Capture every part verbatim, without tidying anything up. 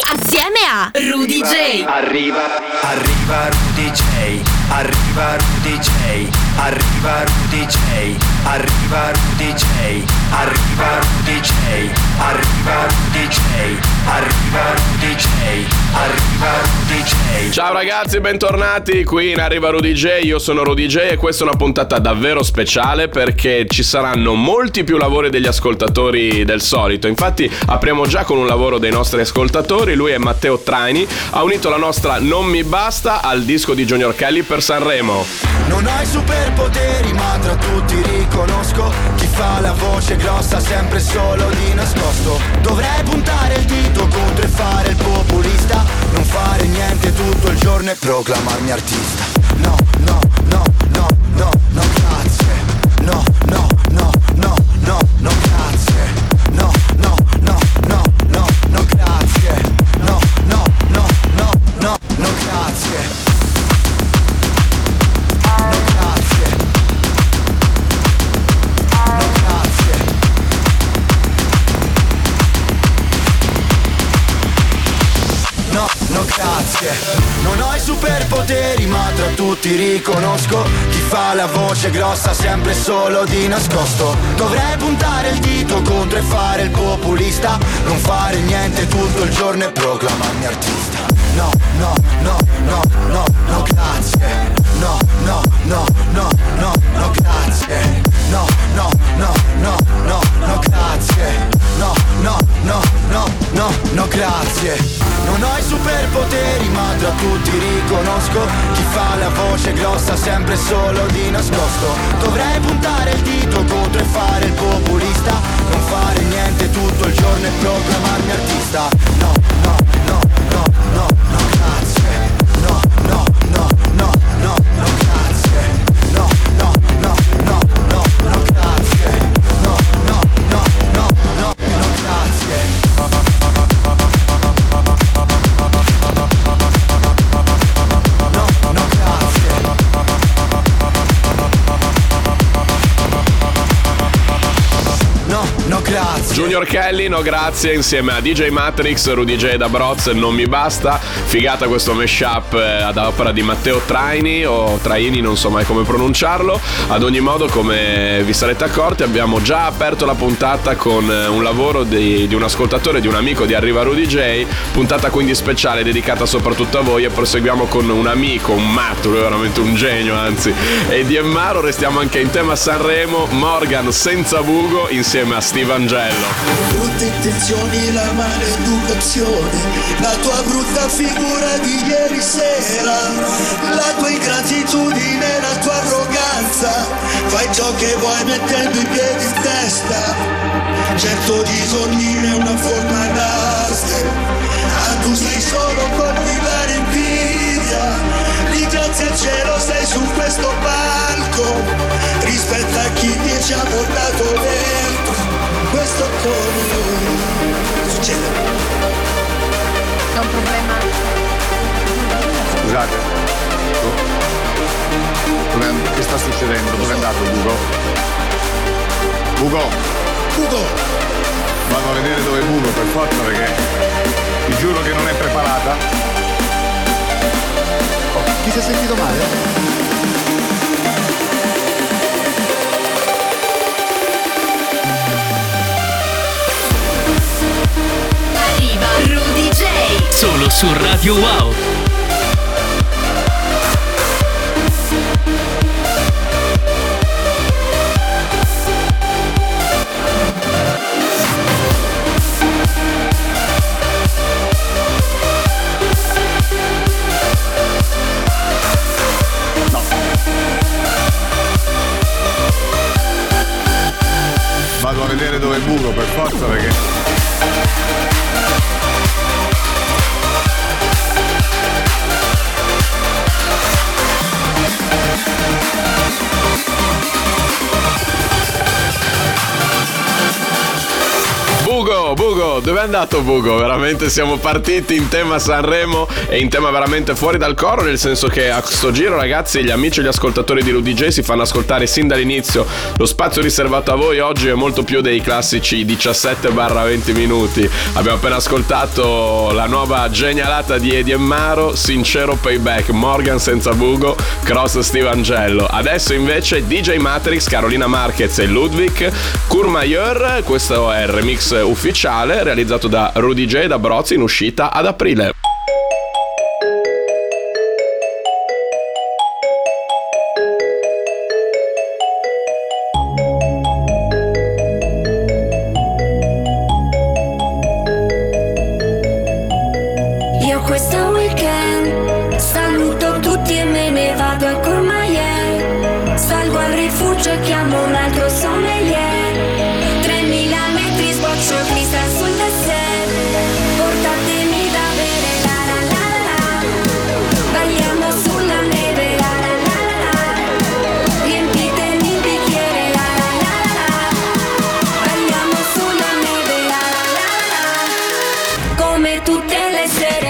assieme a Rudy J. Arriva, arriva Rudy J. Arriva Rudy J. Arriva Rudy J. Arriva Rudy J. Arriva Rudy J. Arriva Rudy J. Arriva Rudy J. Arriva Rudy J. Ciao ragazzi, bentornati qui in Arriva Rudy J. Io sono Rudy J e questa è una puntata davvero speciale perché ci saranno molti più lavori degli ascoltatori del solito. Infatti apriamo già con un lavoro dei nostri ascoltatori. Lui è Matteo Traini, ha unito la nostra Non mi basta al disco di Junior Kelly per Sanremo. Non ho i superpoteri ma tra tutti riconosco chi fa la voce grossa sempre solo di nascosto. Dovrei puntare il dito contro e fare il populista, non fare niente tutto il giorno e proclamarmi artista. No, no, no, no, no, no, grazie. No, no, no, no, no, no, grazie. No, no, no, no, no, no, grazie. No, no, no, no, no, no, grazie. No, no grazie. Non ho i superpoteri ma tra tutti riconosco chi fa la voce grossa sempre solo di nascosto. Dovrei puntare il dito contro e fare il populista, non fare niente tutto il giorno e proclamarmi artista. No, no, no, no, no, no grazie. No, no, no, no, no, no grazie. No, no, no, no, no, no grazie. No, no, no, no, no, no grazie. Non ho i superpoteri ma tra tutti riconosco chi fa la voce grossa sempre solo di nascosto. Dovrei puntare il dito contro e fare il populista, non fare niente tutto il giorno e proclamarmi artista. No, no, no, no, no, no grazie. No, no, no, no, no, no grazie. No, no, no, no, no, no grazie. No, no, no, no, no, no grazie. No, grazie. Junior Kelly, no grazie, insieme a D J Matrix, Rudy J da Broz, Non mi basta. Figata questo mashup ad opera di Matteo Traini o Traini, non so mai come pronunciarlo. Ad ogni modo, come vi sarete accorti, abbiamo già aperto la puntata con un lavoro di, di un ascoltatore, di un amico di Arriva Rudy J. Puntata quindi speciale dedicata soprattutto a voi, e proseguiamo con un amico, un matto, lui è veramente un genio, anzi, e di Emmaro. Restiamo anche in tema Sanremo, Morgan senza bugo insieme a Steve Angello. Brutte intenzioni, la maleducazione, la tua brutta figura di ieri sera, la tua ingratitudine, la tua arroganza, fai ciò che vuoi mettendo i piedi in testa, certo disordine è una forma d'arte, ma tu sei solo coltivare invidia, lì grazie al cielo sei su questo palco, rispetta a chi ti ci ha portato dentro. Questo come succede? C'è un problema. Scusate. Dove, che sta succedendo? Dove è andato Bugo? Bugo! Bugo! Vado a vedere dove è Bugo per forza, perché vi giuro che non è preparata. Oh, chi si è sentito male? Rudy J. Solo su Radio Wow. No. Vado a vedere dove è Bugo per forza, perché Bugo, Bugo, dove è andato Bugo? Veramente siamo partiti in tema Sanremo e in tema veramente fuori dal coro, nel senso che a sto giro, ragazzi, gli amici e gli ascoltatori di Rudy J si fanno ascoltare sin dall'inizio. Lo spazio riservato a voi oggi è molto più dei classici diciassette venti minuti. Abbiamo appena ascoltato la nuova genialata di Eddie e Maro, Sincero Payback, Morgan senza Bugo, Cross Steve Angello. Adesso invece D J Matrix, Carolina Marquez e Ludwig, Courmayeur. Questo è il remix ufficiale realizzato da Rudy J da Brozzi, in uscita ad aprile. Io questo weekend saluto tutti e me ne vado a Courmayeur. Salgo al rifugio e chiamo un altro sommelier. tremila metri sboccio crista sul dessert. Portatemi da bere, la la la la la. Balliamo sulla neve, la la la la la. Riempitemi il bicchiere, la la la la la. Balliamo sulla neve, la la la la la. Come tutte le sere.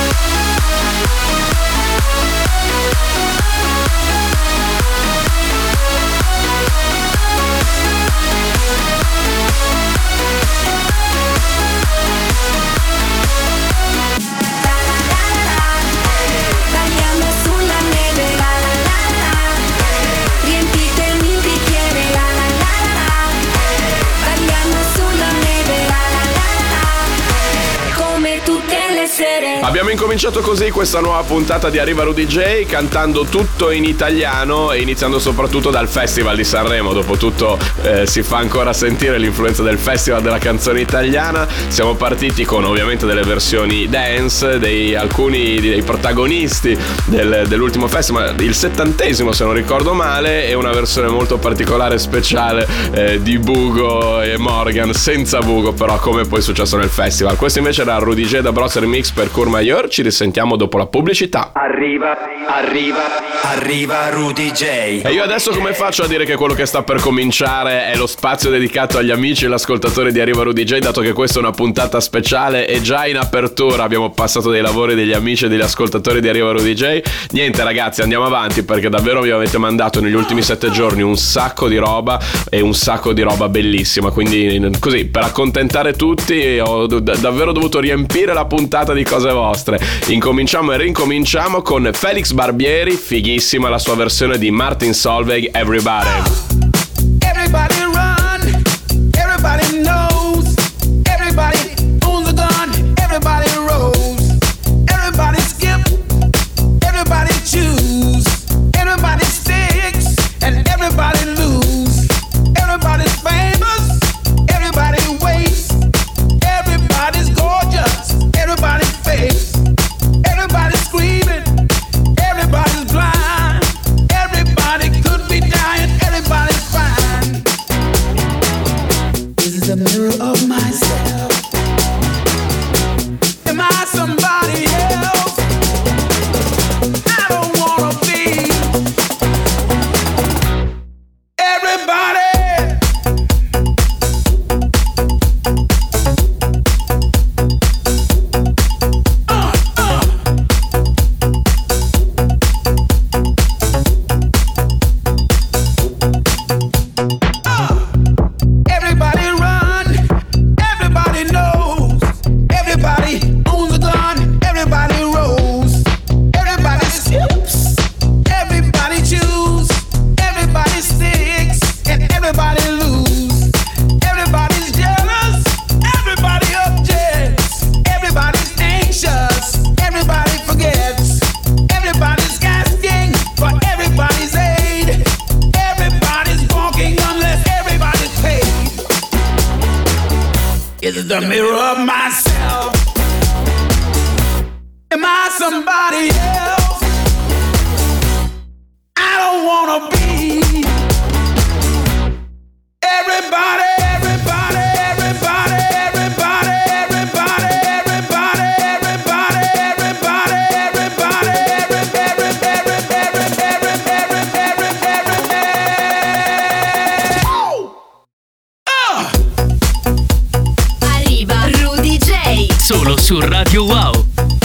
Abbiamo incominciato così questa nuova puntata di Arriva Rudy J, cantando tutto in italiano e iniziando soprattutto dal Festival di Sanremo. Dopotutto eh, si fa ancora sentire l'influenza del Festival della canzone italiana. Siamo partiti con ovviamente delle versioni dance dei alcuni dei protagonisti del, dell'ultimo festival, il settantesimo se non ricordo male, e una versione molto particolare e speciale eh, di Bugo e Morgan senza Bugo, però come poi è successo nel festival. Questo invece era Rudy J da Bros Remix per Courmayeur. Ci risentiamo dopo la pubblicità. Arriva, arriva, arriva Rudy J. E io adesso come faccio a dire che quello che sta per cominciare è lo spazio dedicato agli amici e l'ascoltatore di Arriva Rudy J, dato che questa è una puntata speciale e già in apertura abbiamo passato dei lavori degli amici e degli ascoltatori di Arriva Rudy J. Niente ragazzi, andiamo avanti perché davvero mi avete mandato negli ultimi sette giorni un sacco di roba e un sacco di roba bellissima, quindi così per accontentare tutti ho d- davvero dovuto riempire la puntata di cose vostre. Incominciamo e rincominciamo con Felix Barbieri, fighissima la sua versione di Martin Solveig, Everybody. Everybody run, everybody knows, everybody owns a gun, everybody rolls, everybody skip, everybody choose, everybody sticks, and everybody lose, everybody's famous, everybody waits, everybody's gorgeous, everybody's face, everybody's screaming, everybody's blind, everybody could be dying, everybody's fine. This is a mirror of myself. Am I somebody else? I don't wanna be everybody. Everybody run, everybody knows, everybody owns a gun, everybody rolls, everybody skips, everybody choose, everybody sticks, and everybody lose, everybody's jealous, everybody objects, everybody's anxious, everybody forgets, everybody's asking for everybody's aid, everybody's walking unless everybody's paid. Is the mirror of myself? Am I somebody else? I don't wanna be everybody, everybody, everybody, everybody, everybody, everybody, everybody, everybody, everybody, every, every, every, every, every, every, every, every, oh! Uh! Solo su Radio Wow.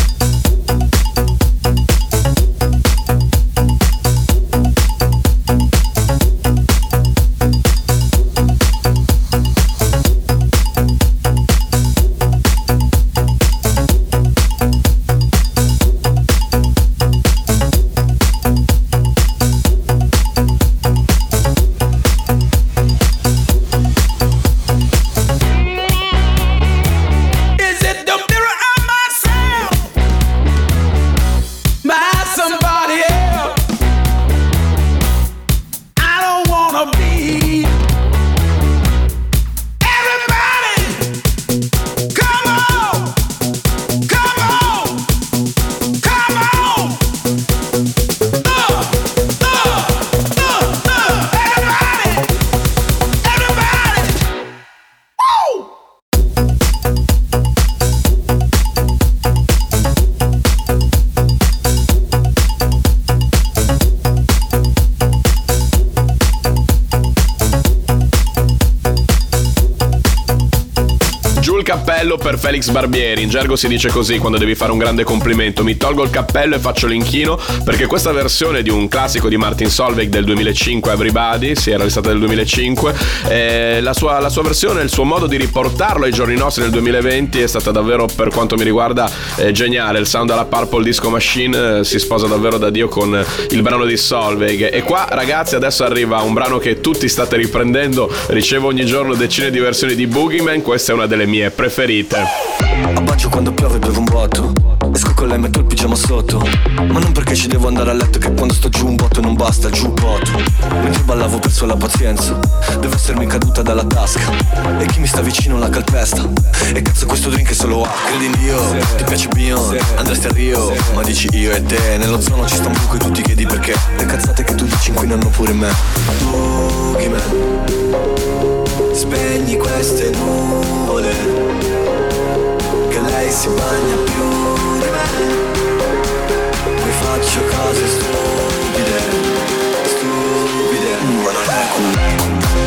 Cappello per Felix Barbieri. In gergo si dice così quando devi fare un grande complimento: mi tolgo il cappello e faccio l'inchino, perché questa versione di un classico di Martin Solveig del duemilacinque, Everybody, si era stata del duemilacinque, eh, la, sua, la sua versione, il suo modo di riportarlo ai giorni nostri nel duemilaventi è stata davvero, per quanto mi riguarda, eh, geniale. Il sound alla Purple Disco Machine eh, si sposa davvero da Dio con il brano di Solveig. E qua, ragazzi, adesso arriva un brano che tutti state riprendendo. Ricevo ogni giorno decine di versioni di Boogeyman, questa è una delle mie preferite. Abbaggio quando piove, bevo un botto, esco con lei, metto il pigiama sotto, ma non perché ci devo andare a letto, che quando sto giù un botto non basta, giù un botto. Mentre ballavo perso la pazienza, deve essermi caduta dalla tasca, e chi mi sta vicino la calpesta. E cazzo questo drink è solo acqua. Credi in Dio, sì. Ti piace Bion, sì. Andresti a Rio, sì. Ma dici io e te, nello zono ci sta un buco e tu ti chiedi perché. Le cazzate che tu dici inquinano pure me. Boogeyman, spegni queste nuvole, che lei si bagna più di me. Poi faccio cose stupide, stupide, ma non è cool.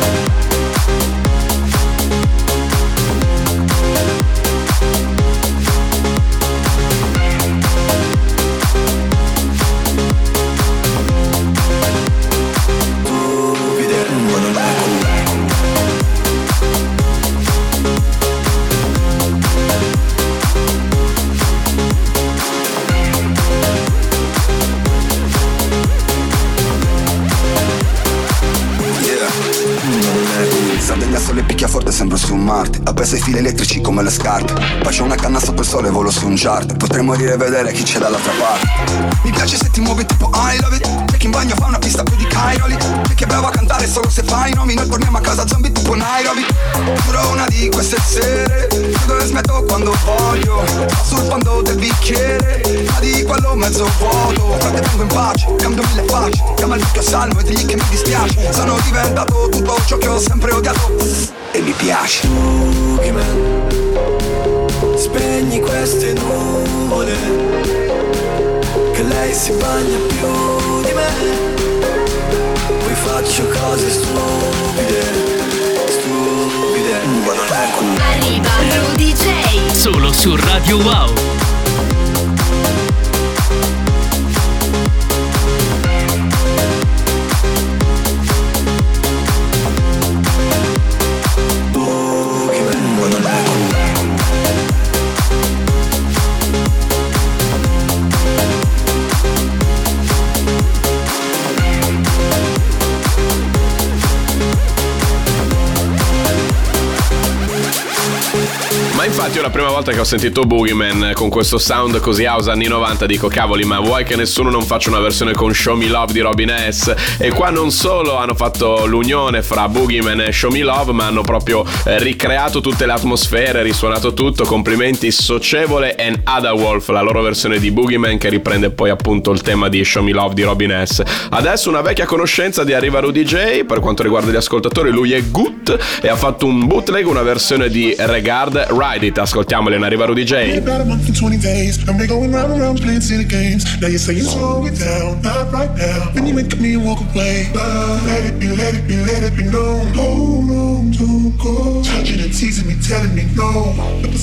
Sole picchia forte, sembro su Marte. Appeso ai fili elettrici come le scarpe. Faccio una canna sotto il sole, volo su un chart. Potrei morire e vedere chi c'è dall'altra parte. Mi piace se ti muovi tipo I love it. C'è chi in bagno fa una pista più di Cairoli. C'è chi è bravo a cantare solo se fai i nomi. Noi torniamo a casa zombie tipo Nairobi. Giuro una di queste sere, chiudo e smetto quando voglio. Sul fondo del bicchiere, ma di quello mezzo vuoto. Frate vengo in pace, cambio mille facce. Chiama il vecchio salmo e digli che mi dispiace. Sono diventato tutto ciò che ho sempre odiato e mi piace. Boogeyman, spegni queste nuvole, che lei si bagna più di me. Poi faccio cose stupide, stupide, ma non è cool. Arriva Rudy J. Solo su Radio Wow. Infatti io la prima volta che ho sentito Boogeyman con questo sound così house anni novanta dico cavoli, ma vuoi che nessuno non faccia una versione con Show Me Love di Robin S? E qua non solo hanno fatto l'unione fra Boogeyman e Show Me Love, ma hanno proprio eh, ricreato tutte le atmosfere, risuonato tutto. Complimenti Socievole and Ada Wolf, la loro versione di Boogeyman che riprende poi appunto il tema di Show Me Love di Robin S. Adesso una vecchia conoscenza di Arriva Rudy J, per quanto riguarda gli ascoltatori lui è Gut e ha fatto un bootleg, una versione di Regard Ride It. Ascoltiamole in Arriva Rudy J.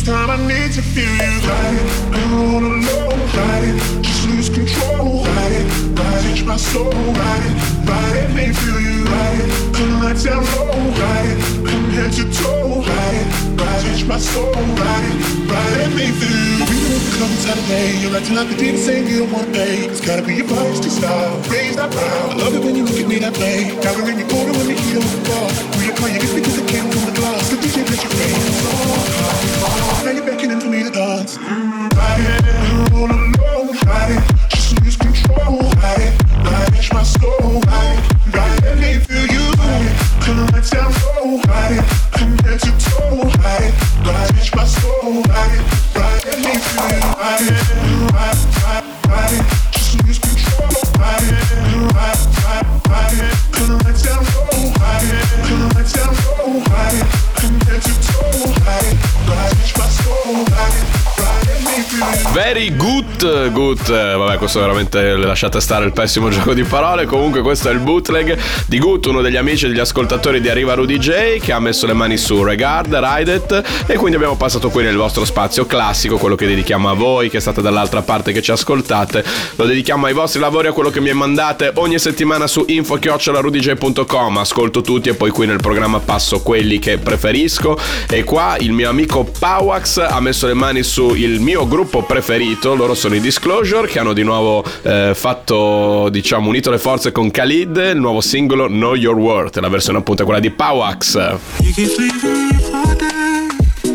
This time I need to feel you. Ride it, I wanna know. Ride it, just lose control. Ride it, ride it, my soul. Ride it, ride it, make me feel you. Ride it, come lights down low. Ride it, come head to toe. Ride it, ride it, my soul. Ride it, ride it, make me feel you. We don't come inside of day. You're acting like a dick saying you don't wanna pay. It's gotta be your feisty style. Raise that brow. I love it when you look at me that way. Now we're in your corner when the heat on the bar. We are playing it because it came from the glass. The D J plays your face. Now you're beckoning for me to dance. Ride it, I wanna know. Ride it, just lose control. Ride it, ride it, my soul. Ride it, ride it, let me feel you. Ride it, come lights down low. Ride it, come head to toe. Ride it, ride it, my soul. Ride it, ride it, let me feel you. Ride it, ride it, ride it, ride it, just lose control. Ride it, ride it, ride it, ride it, come lights down low. Ride it, come lights down low. Ride it, come head to toe. Ride it, ride it, my soul. Ride it, ride it, let me feel you. Very good, good. Vabbè, questo veramente lasciate stare il pessimo gioco di parole. Comunque questo è il bootleg di Good, uno degli amici e degli ascoltatori di Arriva Rudy J, che ha messo le mani su Regard, Ride It, e quindi abbiamo passato qui nel vostro spazio classico, quello che dedichiamo a voi che state dall'altra parte, che ci ascoltate. Lo dedichiamo ai vostri lavori, a quello che mi mandate ogni settimana su info chiocciola rudy j punto com. Ascolto tutti e poi qui nel programma passo quelli che preferisco. E qua il mio amico Pawax ha messo le mani su il mio gruppo preferito. Loro sono i Disclosure, che hanno di nuovo eh, fatto, diciamo, unito le forze con Khalid. Il nuovo singolo Know Your Worth, la versione appunto è quella di Pawax. You keep leaving me for dead.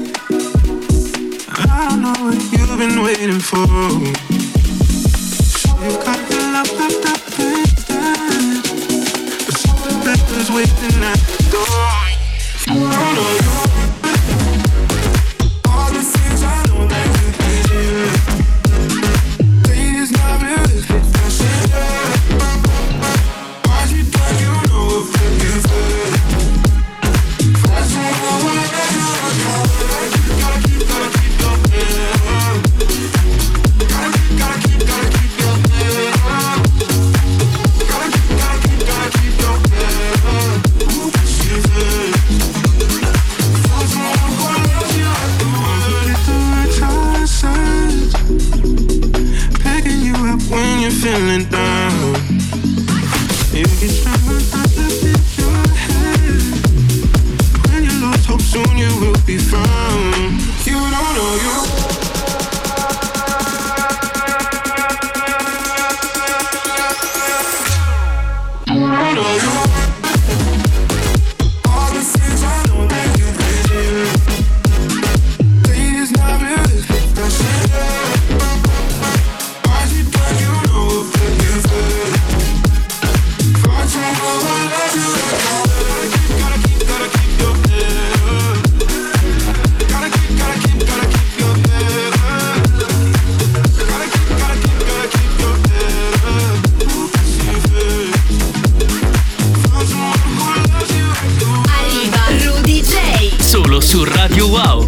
I don't know what you've been waiting for. So you got the love left up in bed, but something better's waiting at the door. You don't know you. All the things I know that you did, it's not realistic. That's it. Why'd you think you know if you feel? That's what I want to do. Gotta keep, gotta keep your head up. Gotta keep, gotta keep, gotta keep your head up. Gotta keep, gotta keep, gotta keep your head up. Ooh, she's it. That's what I want to love you like the world. Get the right choices. Picking you up when you're feeling down. You can try my thoughts left in your head. When you lost hope, soon you will be found. You don't know you. You don't know you. All the things I know that you did, it's not realistic. That's it. Why'd you think you know if you feel? That's what I wanna love you like. Gotta keep, gotta keep your head up. Gotta keep, gotta keep, gotta keep your head up. Gotta keep, gotta keep, gotta keep your head up. Ooh, she's it. That's what I wanna love you like. Arriva Rudy J. Solo su Radio Wow.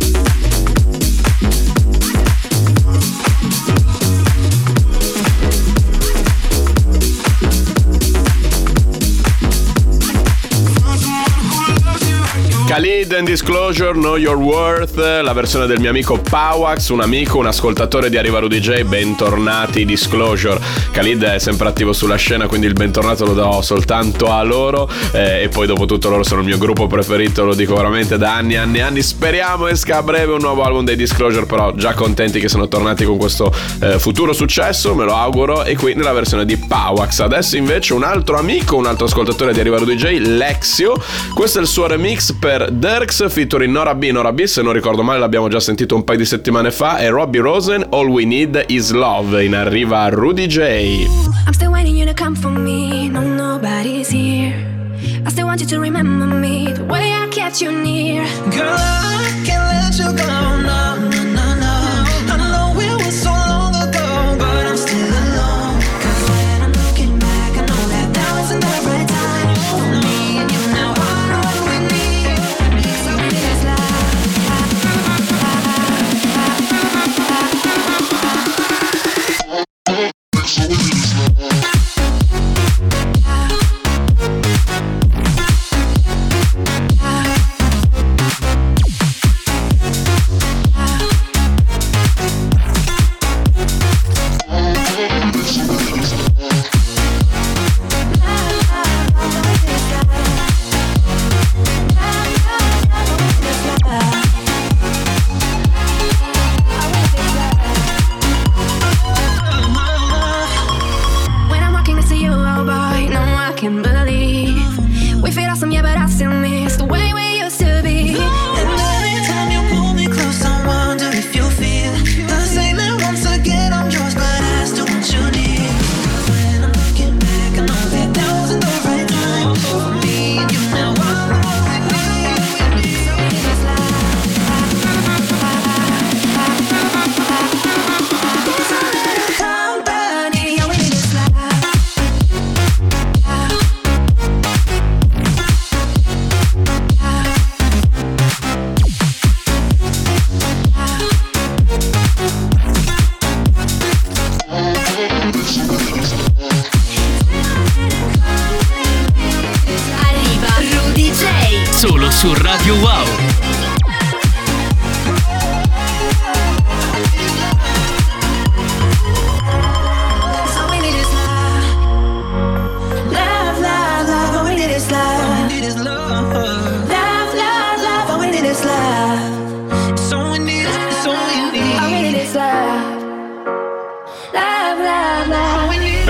Khalid and Disclosure, Know Your Worth, la versione del mio amico Pawax, un amico, un ascoltatore di Arriva Rudy J. Bentornati Disclosure. Khalid è sempre attivo sulla scena, quindi il bentornato lo do soltanto a loro, eh, e poi dopo tutto loro sono il mio gruppo preferito, lo dico veramente da anni e anni e anni. Speriamo esca a breve un nuovo album dei Disclosure, però già contenti che sono tornati con questo eh, futuro successo, me lo auguro. E qui nella versione di Pawax. Adesso invece un altro amico, un altro ascoltatore di Arriva Rudy J, Lexio. Questo è il suo remix per Dirks featuring Nora B. Nora B, se non ricordo male, l'abbiamo già sentito un paio di settimane fa, e Robbie Rosen, All We Need Is Love. In Arriva Rudy J. I'm still waiting you to come for me. No, nobody's here. I still want you to remember me the way I kept you near. Girl, I can't let you go, no, no, no, no. I know it was so long ago, but I'm still alone. Cause when I'm looking back, I know that that wasn't the right time for me and you. Now I know what we need. So it's like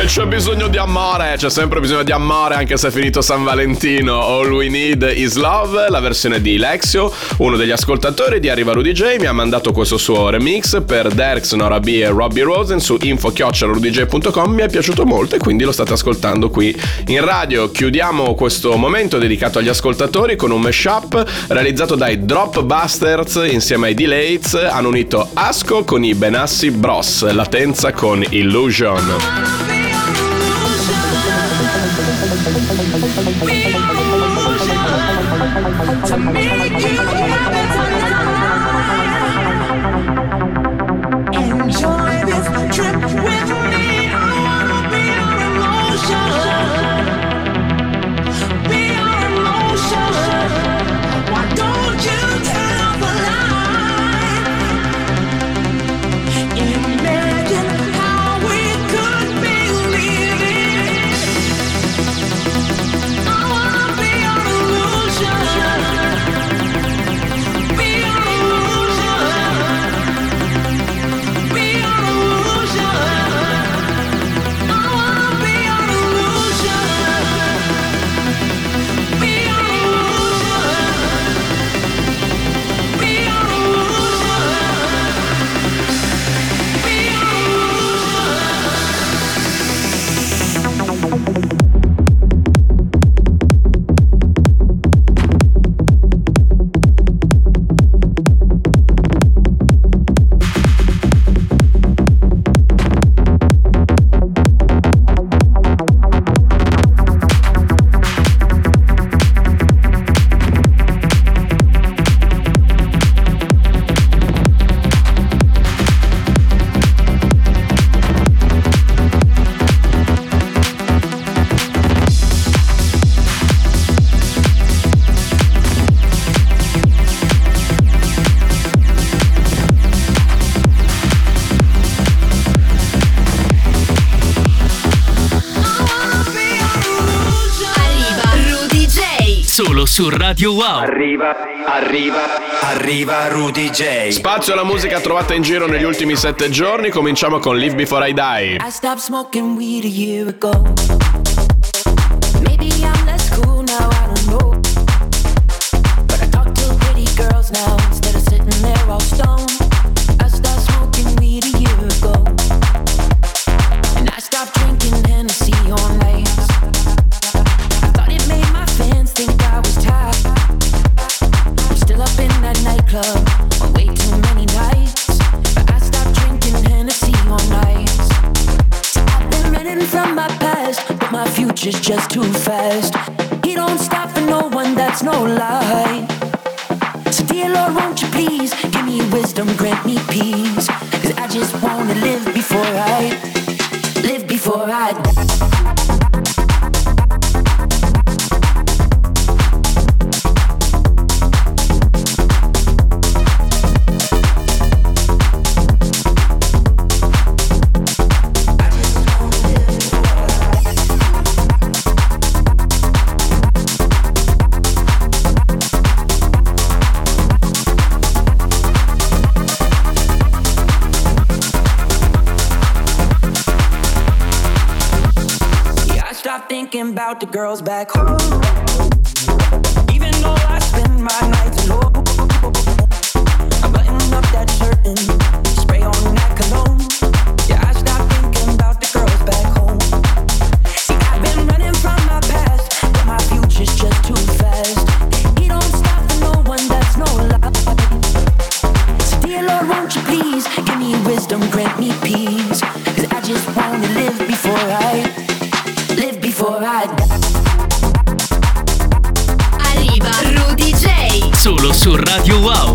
c'è bisogno di amore, c'è sempre bisogno di amore anche se è finito San Valentino. All We Need Is Love, la versione di Lexio, uno degli ascoltatori di Arriva Rudy J, mi ha mandato questo suo remix per Derx, Nora B e Robbie Rosen su info chiocciola rudy j punto com. Mi è piaciuto molto e quindi lo state ascoltando qui in radio. Chiudiamo questo momento dedicato agli ascoltatori con un mashup realizzato dai Drop Busters insieme ai Delays. Hanno unito Asco con i Benassi Bros, Latenza con Illusion. Enjoy this trip with me. I wanna be your emotion. Be your emotion. Why don't you tell the lie? Imagine how we could be living. I wanna be your illusion. Be your illusion. Be your illusion. I wanna be your illusion. Be your illusion. Be your illusion. Be your Solo su Radio Wow. Arriva, arriva, arriva Rudy J. Spazio alla musica trovata in giro negli ultimi sette giorni. Cominciamo con Live Before I Die. I stopped smoking weed a year ago. Maybe I'm less cool now, I don't know. But I talk to pretty girls now instead of sitting there all stoned. I stopped smoking weed a year ago. And I stopped drinking Hennessy on nights. I thought it made my fans think I was tired. I'm still up in that nightclub on way too many nights. But I stopped drinking Hennessy on nights. So I've been running from my past, but my future's just too fast. He don't stop for no one, that's no lie. So dear Lord, won't you please give me wisdom, grant me peace. Cause I just wanna live before I, live before I die. Thinking about the girls back home. Even though I spend my nights alone, I button up that shirt and spray on that cologne. Yeah, I stopped thinking about the girls back home. See, I've been running from my past, but my future's just too fast. He don't stop for no one, that's no lie. So dear Lord, won't you please give me wisdom, grant me peace. Cause I just wanna live before I, live before I die. Arriva Rudy J. Solo su Radio Wow.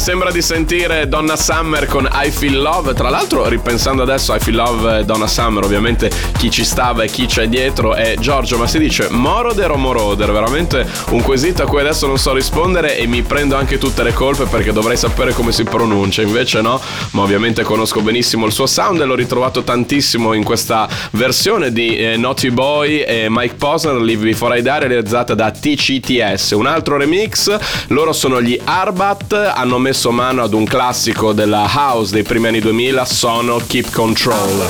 sembra di sentire Donna Summer con I Feel Love. Tra l'altro, ripensando adesso, I Feel Love e Donna Summer, ovviamente chi ci stava e chi c'è dietro è Giorgio, ma si dice Moroder o Moroder? Veramente un quesito a cui adesso non so rispondere e mi prendo anche tutte le colpe perché dovrei sapere come si pronuncia, invece no, ma ovviamente conosco benissimo il suo sound e l'ho ritrovato tantissimo in questa versione di eh, Naughty Boy e Mike Posner, Live Before I Die, realizzata da T C T S. Un altro remix, loro sono gli Arbat, hanno messo mano ad un classico della house dei primi anni duemila, sono Keep Control.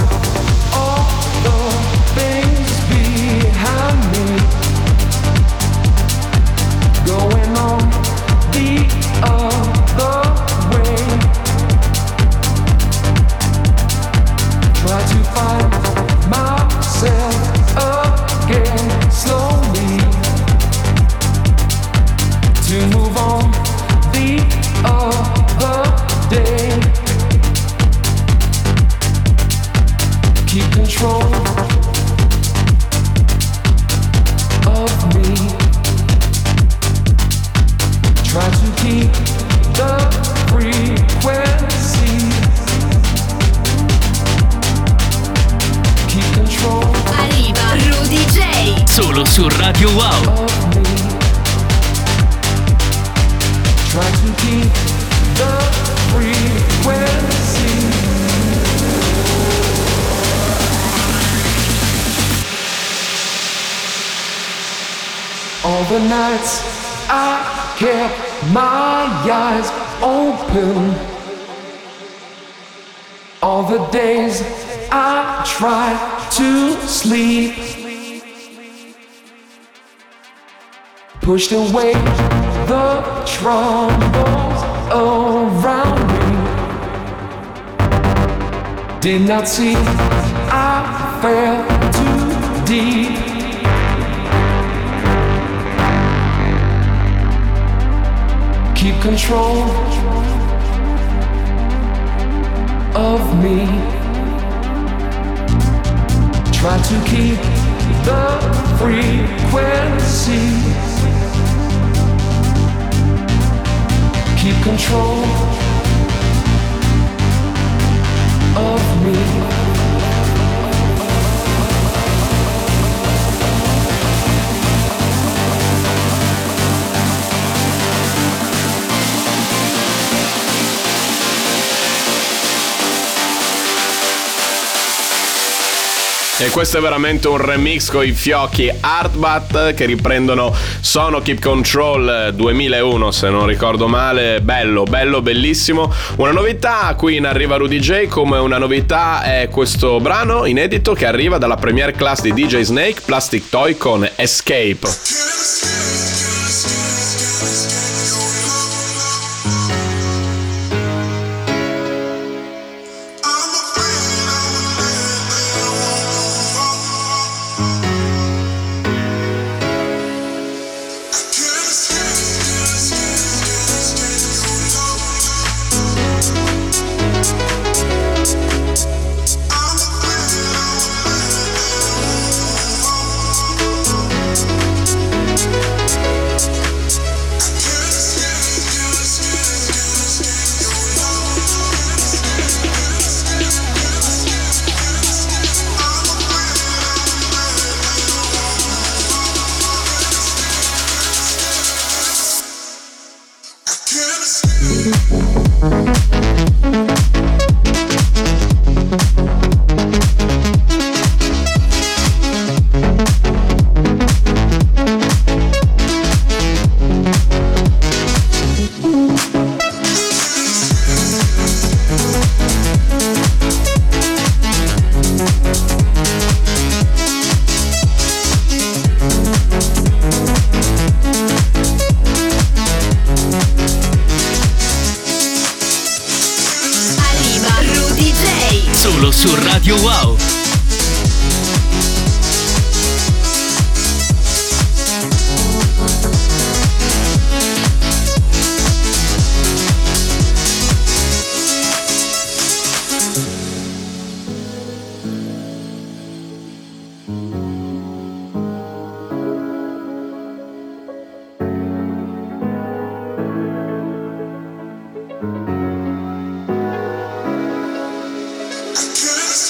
Solo su Radio Wow. Try to keep the frequency. All the nights I kept my eyes open. All the days I tried to sleep. Pushed away the troubles around me. Did not see I fell too deep. Keep control of me. Try to keep the frequency. Keep control of me. E questo è veramente un remix con i fiocchi Artbat che riprendono Sono Keep Control duemilauno, se non ricordo male. Bello, bello, bellissimo. Una novità qui in Arriva Rudy J, come una novità è questo brano inedito che arriva dalla premiere class di D J Snake, Plastic Toy con Escape. Solo su Radio Wow.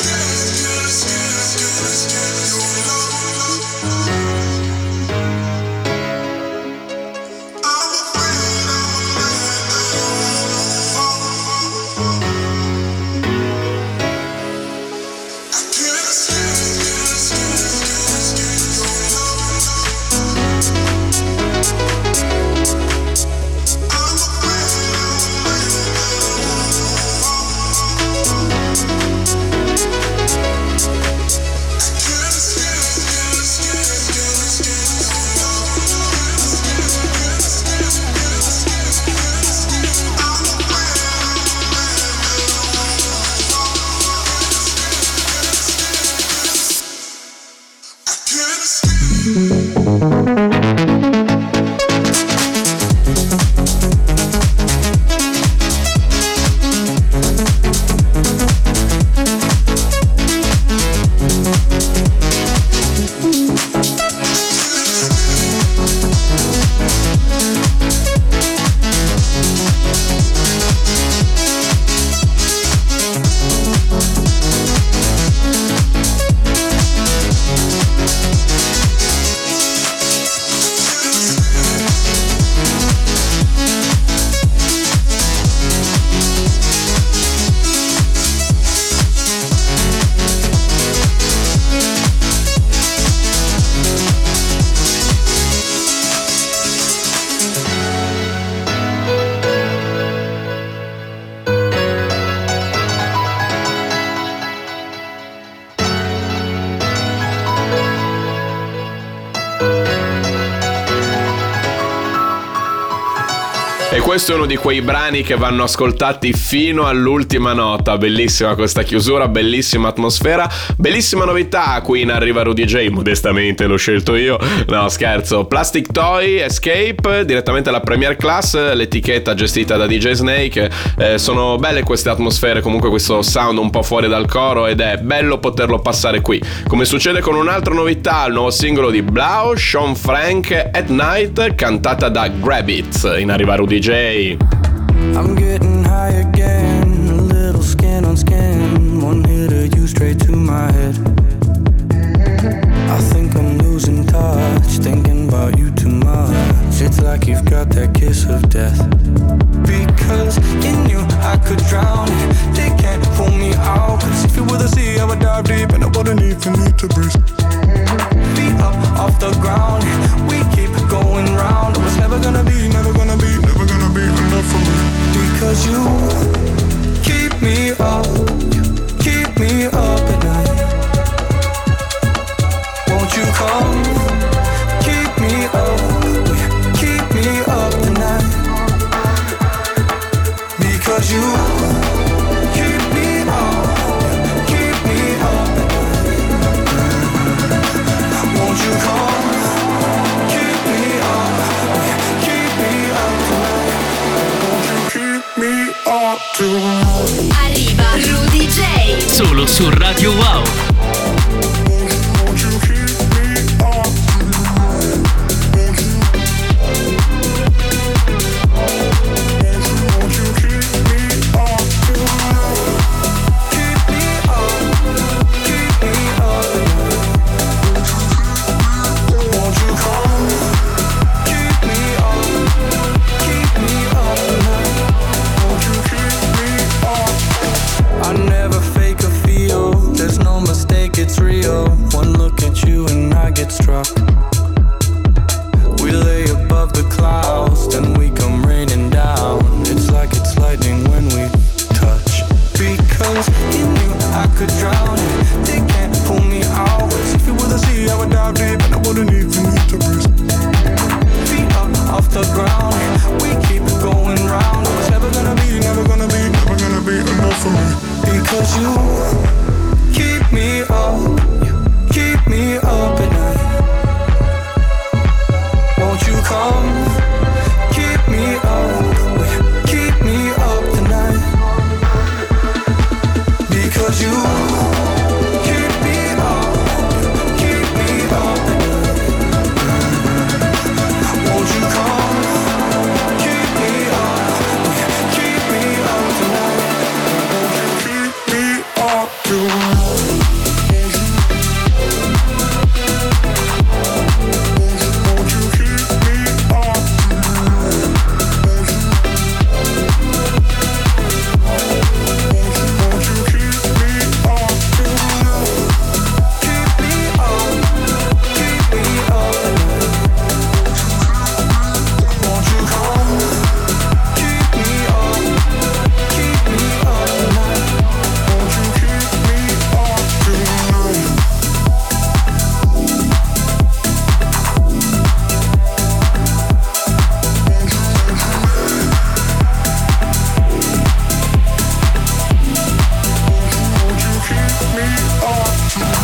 E questo è uno di quei brani che vanno ascoltati fino all'ultima nota. Bellissima questa chiusura, bellissima atmosfera, bellissima novità qui in Arriva Rudy J. Modestamente l'ho scelto io, no scherzo. Plastic Toy Escape, direttamente alla Premier Class, l'etichetta gestita da D J Snake. eh, Sono belle queste atmosfere, comunque questo sound un po' fuori dal coro, ed è bello poterlo passare qui. Come succede con un'altra novità, il nuovo singolo di Blau, Sean Frank, At Night, cantata da Grab It in Arriva Rudy J. I'm getting high again, a little skin on skin, one hit of you straight to my head. I think I'm losing touch, thinking about you too much. It's like you've got that kiss of death. Because in you I could drown, they can't pull me out. Cause if you were the sea I would dive deep and I wouldn't even need to breathe. Feet up off the ground, we keep going round. It was never gonna be, never gonna be, never gonna be enough for me. Because you keep me up, keep me up at night. Won't you come, keep me up, keep me up tonight. Because you keep me up, keep me up at night. Won't you come, keep me up, keep me up tonight. Won't you keep me up tonight. Arriva Rudy J. Solo su Radio Wow. It's real. One look at you and I get struck. We lay above the clouds, then we come raining down. It's like it's lightning when we touch. Because in you I could drown. They can't pull me out. If you were the sea I would dive deep and I wouldn't even need to breathe. Feet up off the ground, we keep going round. It was never gonna be, never gonna be, never gonna be enough for me. Because you keep me up, keep me up at night. Won't you come, keep me up, keep me up tonight. Because you keep me up, keep me up at night. Won't you come, keep me up, keep me up tonight. Won't you keep me up tonight.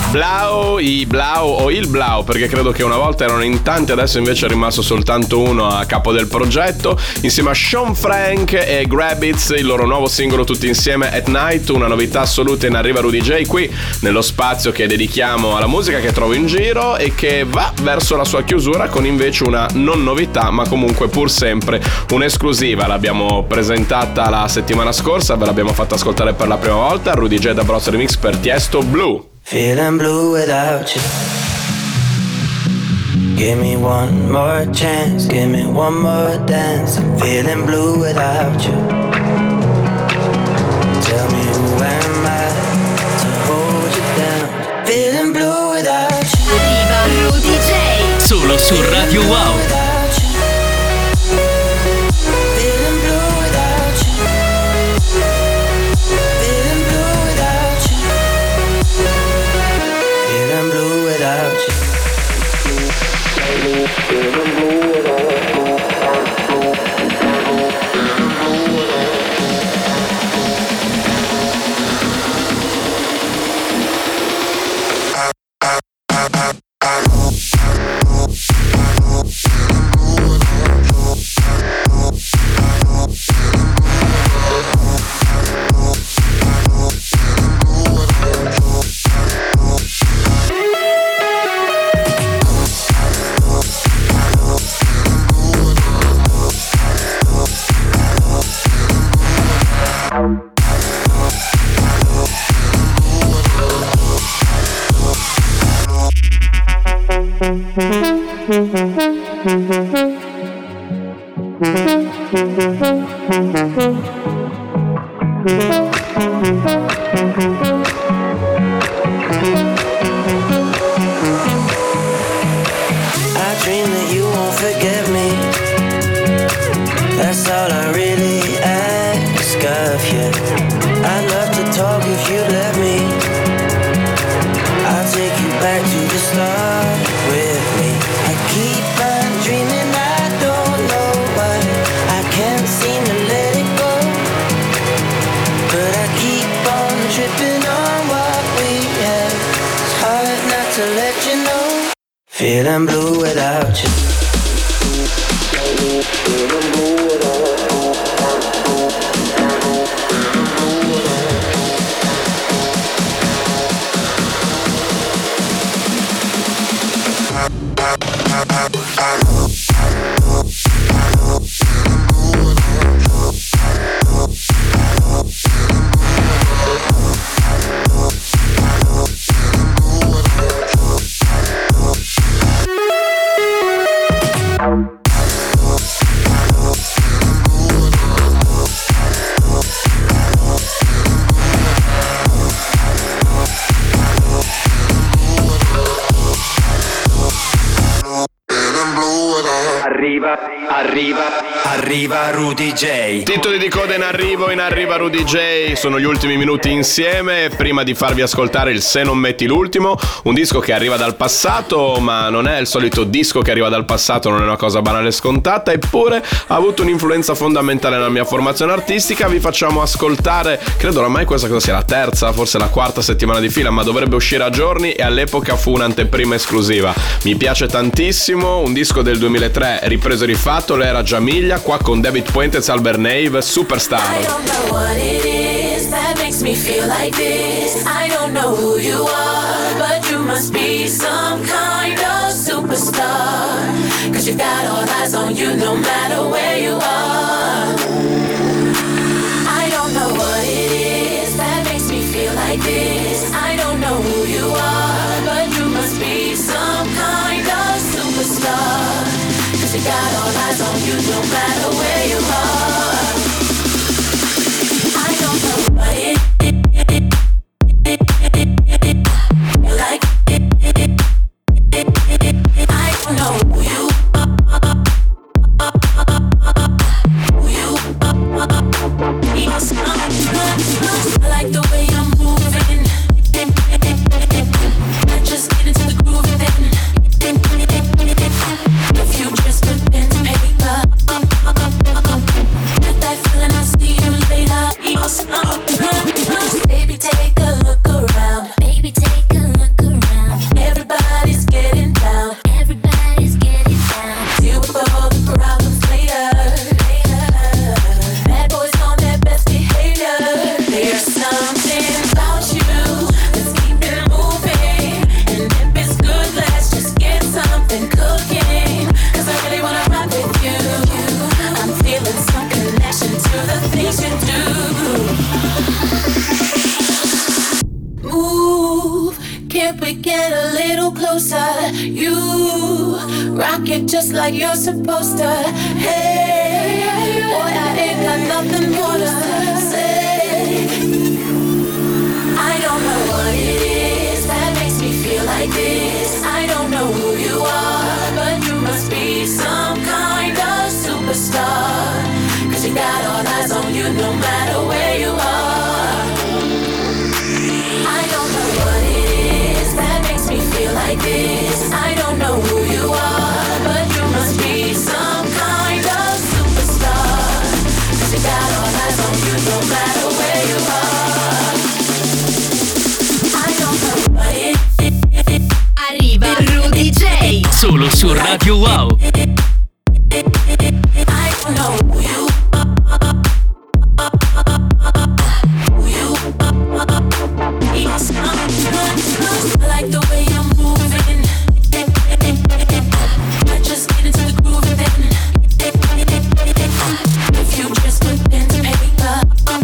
Blau, i Blau o il Blau, perché credo che una volta erano in tanti, adesso invece è rimasto soltanto uno a capo del progetto, insieme a Sean Frank e Grabbits, il loro nuovo singolo tutti insieme, At Night, una novità assoluta in arriva Rudy J qui nello spazio che dedichiamo alla musica che trovo in giro e che va verso la sua chiusura con invece una non novità ma comunque pur sempre un'esclusiva. L'abbiamo presentata la settimana scorsa, ve l'abbiamo fatta ascoltare per la prima volta, Rudy J da Bros Remix per Tiesto, Blue. Feeling blue without you. Give me one more chance, give me one more dance. I'm feeling blue without you. Tell me who am I to hold you down. Feeling blue without you. Arriva Rudy J. Solo su Radio Wow. Feeling blue without you. Arriva, arriva, arriva Rudy J. Titoli di coda in arrivo, in arriva Rudy J. Sono gli ultimi minuti insieme prima di farvi ascoltare il Se non metti l'ultimo, un disco che arriva dal passato, ma non è il solito disco che arriva dal passato, non è una cosa banale e scontata, eppure ha avuto un'influenza fondamentale nella mia formazione artistica. Vi facciamo ascoltare, credo oramai questa cosa sia la terza, forse la quarta settimana di fila, ma dovrebbe uscire a giorni e all'epoca fu un'anteprima esclusiva. Mi piace tantissimo, un disco del duemilatré ripreso e rifatto, lei era Jamiglia, qua con David Puentes, Albert Nave, Superstar. I don't know what it is that makes me feel like this. I don't know who you are, but you must be some kind of superstar. Cause you've got all eyes on you no matter where you are. I don't know what it is that makes me feel like this. I don't know who you are, but you must be some kind of superstar. Cause you got all eyes on you no matter where you are. I don't know what it is like. I don't know who you are. Who you are. I like the way I'm moving. I just get into the groove and then if you just put pen to paper, Can't we get a little closer? You rock it just like you're supposed to. Hey, boy, I ain't got nothing more to say. I don't know what it is that makes me feel like this. I don't know who you are, but you must be some kind of superstar. Cause you got all eyes on you no matter where you are. I don't know what it is that makes me feel like this. I don't know who you are, but you must be some kind of superstar. Cause you got all eyes on you no matter where you are. I don't know what it is. Arriva Rudy J. Solo su Radio Wow. I don't know who you are. Who you are. It's I like the way you're moving. I just get into the groove and then if you just put pen to paper,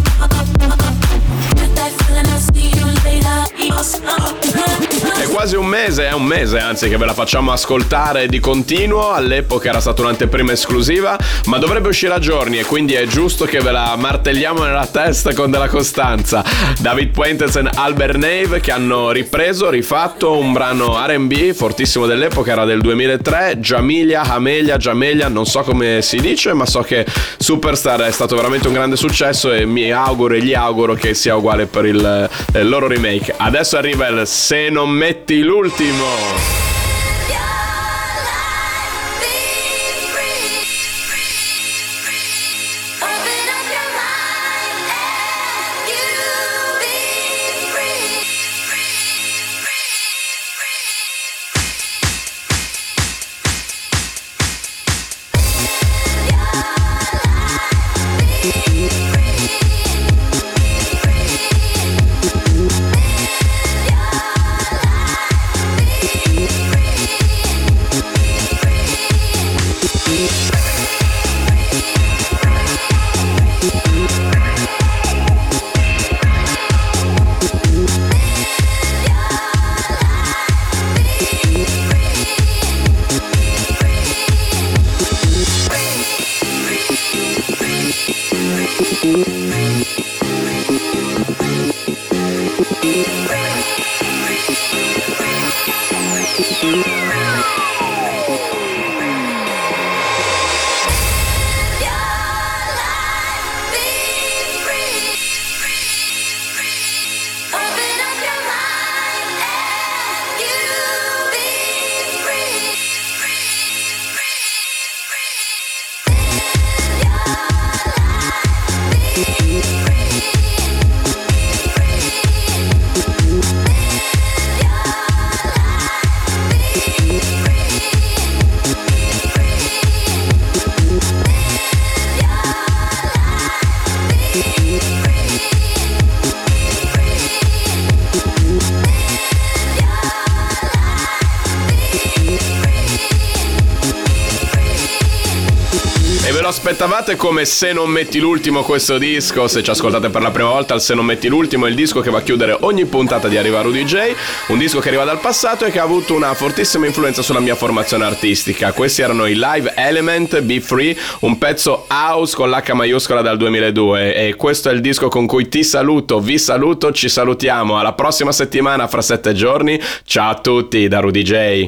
with that feeling I'll see you later. È quasi un mese, è un mese anzi che ve la facciamo ascoltare di continuo. All'epoca era stata un'anteprima esclusiva, ma dovrebbe uscire a giorni e quindi è giusto che ve la martelliamo nella testa con della costanza. David Puentes e Albert Nave che hanno ripreso, rifatto un brano R and B fortissimo dell'epoca, era del duemilatré. Jamilia, Amelia, Jamelia, non so come si dice, ma so che Superstar è stato veramente un grande successo e mi auguro e gli auguro che sia uguale per il, il loro remake. Adesso arriva il Se non metti l'ultimo. Aspettavate come Se non metti l'ultimo questo disco? Se ci ascoltate per la prima volta, il Se non metti l'ultimo è il disco che va a chiudere ogni puntata di Arriva Rudy J, un disco che arriva dal passato e che ha avuto una fortissima influenza sulla mia formazione artistica. Questi erano i Live Element, Be Free, un pezzo house con l'H maiuscola dal duemiladue, e questo è il disco con cui ti saluto, vi saluto, ci salutiamo alla prossima settimana fra sette giorni. Ciao a tutti da Rudy J.